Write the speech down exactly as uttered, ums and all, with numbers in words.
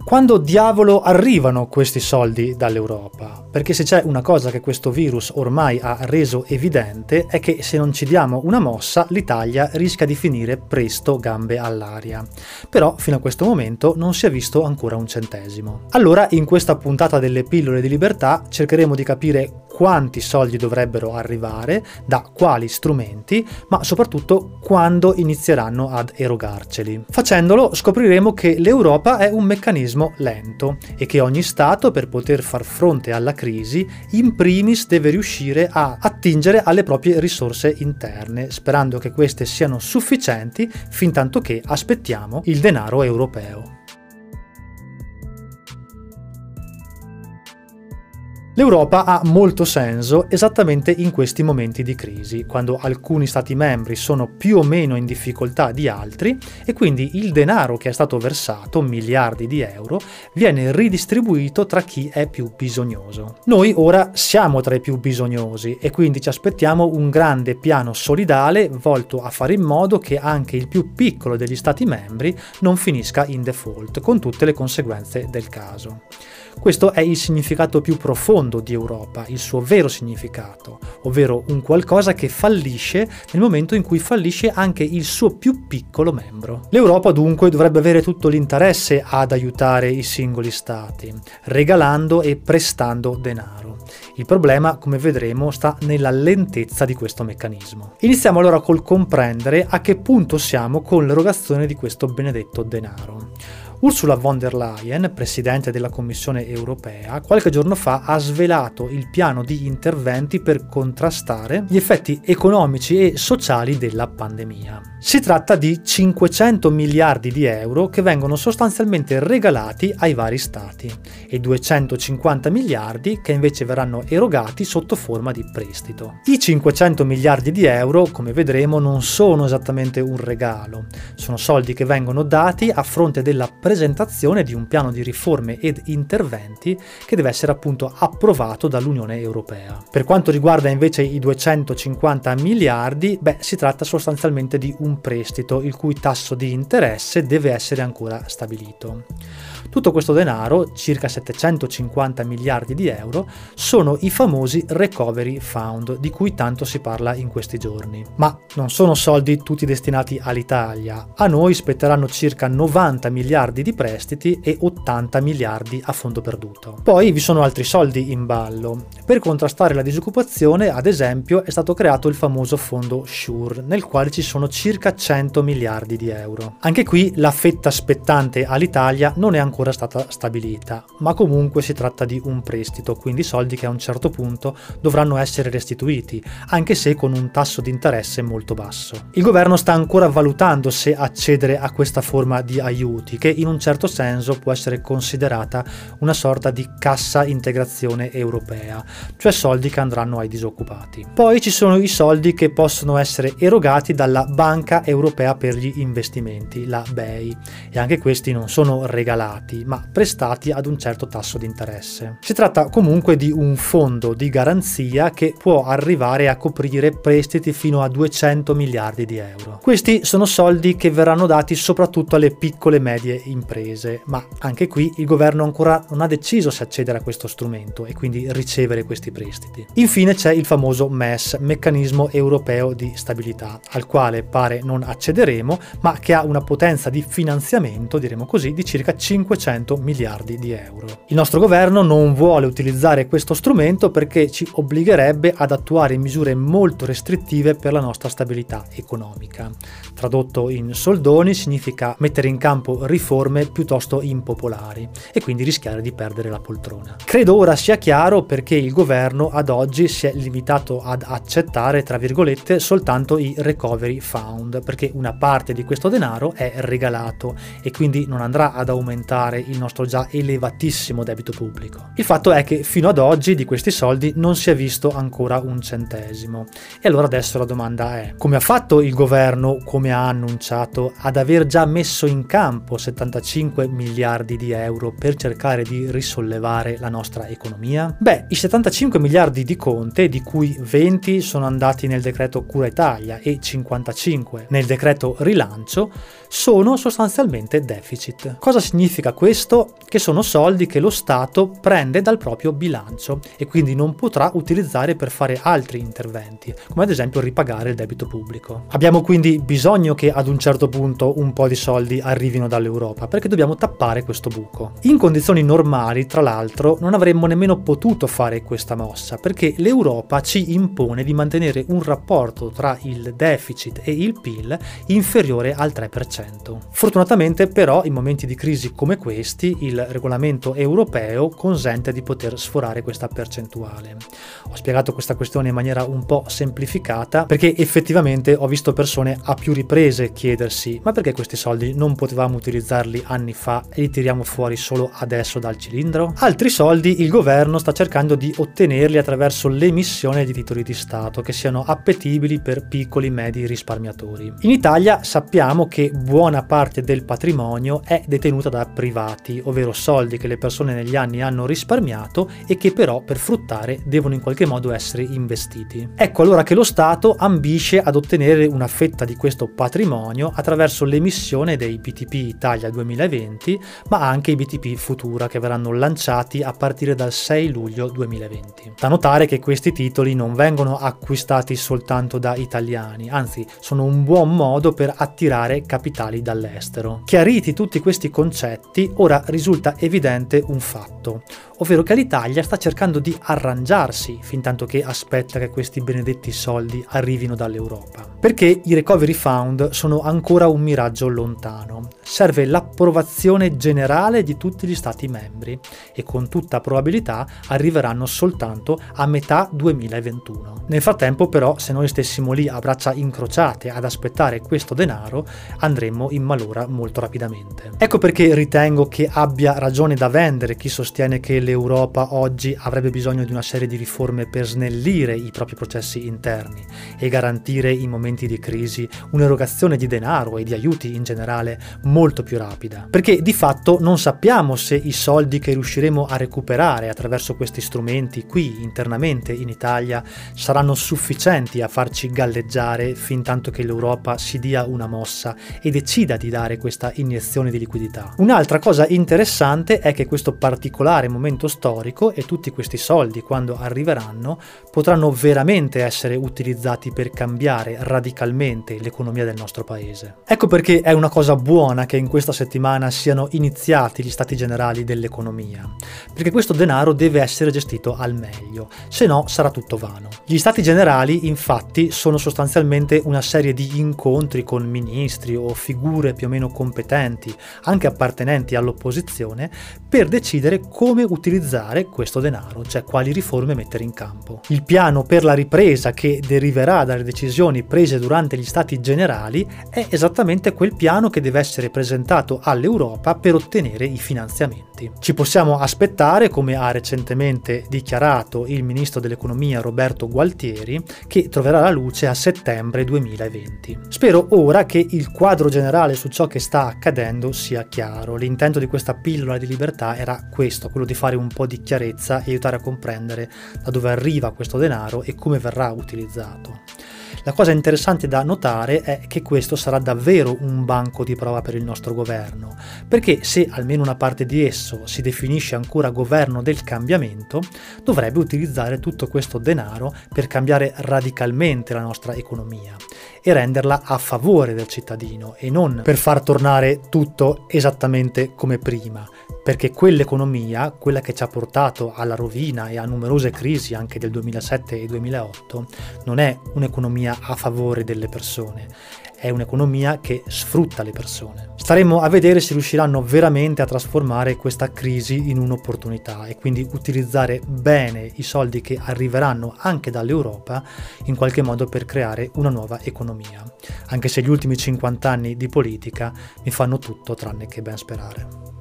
Quando diavolo arrivano questi soldi dall'Europa? Perché se c'è una cosa che questo virus ormai ha reso evidente è che se non ci diamo una mossa l'Italia rischia di finire presto gambe all'aria. Però fino a questo momento non si è visto ancora un centesimo. Allora in questa puntata delle pillole di libertà cercheremo di capire quanti soldi dovrebbero arrivare, da quali strumenti, ma soprattutto quando inizieranno ad erogarceli. Facendolo scopriremo che l'Europa è un meccanismo lento e che ogni Stato, per poter far fronte alla crisi, in primis deve riuscire a attingere alle proprie risorse interne, sperando che queste siano sufficienti fintanto che aspettiamo il denaro europeo. L'Europa ha molto senso esattamente in questi momenti di crisi, quando alcuni Stati membri sono più o meno in difficoltà di altri e quindi il denaro che è stato versato, miliardi di euro, viene ridistribuito tra chi è più bisognoso. Noi ora siamo tra i più bisognosi e quindi ci aspettiamo un grande piano solidale volto a fare in modo che anche il più piccolo degli Stati membri non finisca in default, con tutte le conseguenze del caso. Questo è il significato più profondo di Europa, il suo vero significato, ovvero un qualcosa che fallisce nel momento in cui fallisce anche il suo più piccolo membro. L'Europa dunque dovrebbe avere tutto l'interesse ad aiutare i singoli stati, regalando e prestando denaro. Il problema, come vedremo, sta nella lentezza di questo meccanismo. Iniziamo allora col comprendere a che punto siamo con l'erogazione di questo benedetto denaro. Ursula von der Leyen, presidente della Commissione europea, qualche giorno fa ha svelato il piano di interventi per contrastare gli effetti economici e sociali della pandemia. Si tratta di cinquecento miliardi di euro che vengono sostanzialmente regalati ai vari stati e duecentocinquanta miliardi che invece verranno erogati sotto forma di prestito. I cinquecento miliardi di euro, come vedremo, non sono esattamente un regalo, sono soldi che vengono dati a fronte della presentazione di un piano di riforme ed interventi che deve essere appunto approvato dall'Unione Europea. Per quanto riguarda invece i duecentocinquanta miliardi, beh, si tratta sostanzialmente di un prestito il cui tasso di interesse deve essere ancora stabilito. Tutto questo denaro, circa settecentocinquanta miliardi di euro, sono i famosi Recovery Fund di cui tanto si parla in questi giorni. Ma non sono soldi tutti destinati all'Italia. A noi spetteranno circa novanta miliardi di prestiti e ottanta miliardi a fondo perduto. Poi vi sono altri soldi in ballo. Per contrastare la disoccupazione, ad esempio, è stato creato il famoso fondo SURE, nel quale ci sono circa cento miliardi di euro. Anche qui la fetta spettante all'Italia non è ancora stata stabilita, ma comunque si tratta di un prestito, quindi soldi che a un certo punto dovranno essere restituiti, anche se con un tasso di interesse molto basso. Il governo sta ancora valutando se accedere a questa forma di aiuti, che in un certo senso può essere considerata una sorta di cassa integrazione europea, cioè soldi che andranno ai disoccupati. Poi ci sono i soldi che possono essere erogati dalla Banca Europea per gli Investimenti, la B E I, e anche questi non sono regalati, ma prestati ad un certo tasso di interesse. Si tratta comunque di un fondo di garanzia che può arrivare a coprire prestiti fino a duecento miliardi di euro. Questi sono soldi che verranno dati soprattutto alle piccole e medie imprese, ma anche qui il governo ancora non ha deciso se accedere a questo strumento e quindi ricevere questi prestiti. Infine c'è il famoso M E S, Meccanismo Europeo di Stabilità, al quale pare non accederemo, ma che ha una potenza di finanziamento, diremo così, di circa cinquecento miliardi di euro. Il nostro governo non vuole utilizzare questo strumento perché ci obbligherebbe ad attuare misure molto restrittive per la nostra stabilità economica. Tradotto in soldoni significa mettere in campo riforme piuttosto impopolari e quindi rischiare di perdere la poltrona. Credo ora sia chiaro perché il governo ad oggi si è limitato ad accettare, tra virgolette, soltanto i Recovery Fund, perché una parte di questo denaro è regalato e quindi non andrà ad aumentare il nostro già elevatissimo debito pubblico. Il fatto è che fino ad oggi di questi soldi non si è visto ancora un centesimo. E allora adesso la domanda è: come ha fatto il governo, come ha annunciato, ad aver già messo in campo settantasei settantacinque miliardi di euro per cercare di risollevare la nostra economia? Beh, i settantacinque miliardi di Conte, di cui venti sono andati nel decreto Cura Italia e cinquantacinque nel decreto Rilancio, sono sostanzialmente deficit. Cosa significa questo? Che sono soldi che lo Stato prende dal proprio bilancio e quindi non potrà utilizzare per fare altri interventi, come ad esempio ripagare il debito pubblico. Abbiamo quindi bisogno che ad un certo punto un po' di soldi arrivino dall'Europa, perché dobbiamo tappare questo buco. In condizioni normali, tra l'altro, non avremmo nemmeno potuto fare questa mossa, perché l'Europa ci impone di mantenere un rapporto tra il deficit e il P I L inferiore al tre per cento. Fortunatamente però in momenti di crisi come questi il regolamento europeo consente di poter sforare questa percentuale. Ho spiegato questa questione in maniera un po' semplificata perché effettivamente ho visto persone a più riprese chiedersi: ma perché questi soldi non potevamo utilizzarli anni fa e li tiriamo fuori solo adesso dal cilindro? Altri soldi il governo sta cercando di ottenerli attraverso l'emissione di titoli di Stato che siano appetibili per piccoli e medi risparmiatori. In Italia sappiamo che buona parte del patrimonio è detenuta da privati, ovvero soldi che le persone negli anni hanno risparmiato e che però per fruttare devono in qualche modo essere investiti. Ecco allora che lo Stato ambisce ad ottenere una fetta di questo patrimonio attraverso l'emissione dei B T P Italia duemilaventi, ma anche i B T P Futura che verranno lanciati a partire dal sei luglio duemilaventi. Da notare che questi titoli non vengono acquistati soltanto da italiani, anzi sono un buon modo per attirare capitali dall'estero. Chiariti tutti questi concetti, ora risulta evidente un fatto, ovvero che l'Italia sta cercando di arrangiarsi fintanto che aspetta che questi benedetti soldi arrivino dall'Europa. Perché i recovery fund sono ancora un miraggio lontano. Serve l'approvazione generale di tutti gli stati membri e con tutta probabilità arriveranno soltanto a metà duemilaventuno. Nel frattempo però, se noi stessimo lì a braccia incrociate ad aspettare questo denaro, andremmo in malora molto rapidamente. Ecco perché ritengo che abbia ragione da vendere chi sostiene che l'Europa oggi avrebbe bisogno di una serie di riforme per snellire i propri processi interni e garantire in momenti di crisi un'erogazione di denaro e di aiuti in generale molto più rapida. Perché di fatto non sappiamo se i soldi che riusciremo a recuperare attraverso questi strumenti qui internamente in Italia saranno sufficienti a farci galleggiare fin tanto che l'Europa si dia una mossa e decida di dare questa iniezione di liquidità. Un'altra cosa interessante è che questo particolare momento storico e tutti questi soldi, quando arriveranno, potranno veramente essere utilizzati per cambiare radicalmente l'economia del nostro paese. Ecco perché è una cosa buona che in questa settimana siano iniziati gli stati generali dell'economia, perché questo denaro deve essere gestito al meglio, se no sarà tutto vano. Gli stati generali infatti sono sostanzialmente una serie di incontri con ministri o figure più o meno competenti, anche appartenenti all'opposizione, per decidere come utilizzare questo denaro, cioè quali riforme mettere in campo. Il piano per la ripresa che deriverà dalle decisioni prese durante gli stati generali è esattamente quel piano che deve essere presentato all'Europa per ottenere i finanziamenti. Ci possiamo aspettare, come ha recentemente dichiarato il ministro dell'economia Roberto Gualtieri, che troverà la luce a settembre duemilaventi. Spero ora che il quadro generale su ciò che sta accadendo sia chiaro. L'intento di questa pillola di libertà era questo, quello di fare un po' di chiarezza e aiutare a comprendere da dove arriva questo denaro e come verrà utilizzato. La cosa interessante da notare è che questo sarà davvero un banco di prova per il nostro governo, perché se almeno una parte di esso si definisce ancora governo del cambiamento, dovrebbe utilizzare tutto questo denaro per cambiare radicalmente la nostra economia e renderla a favore del cittadino e non per far tornare tutto esattamente come prima, perché quell'economia, quella che ci ha portato alla rovina e a numerose crisi anche del duemilasette e duemilaotto, non è un'economia a favore delle persone, è un'economia che sfrutta le persone. Staremo a vedere se riusciranno veramente a trasformare questa crisi in un'opportunità e quindi utilizzare bene i soldi che arriveranno anche dall'Europa in qualche modo per creare una nuova economia, anche se gli ultimi cinquanta anni di politica mi fanno tutto tranne che ben sperare.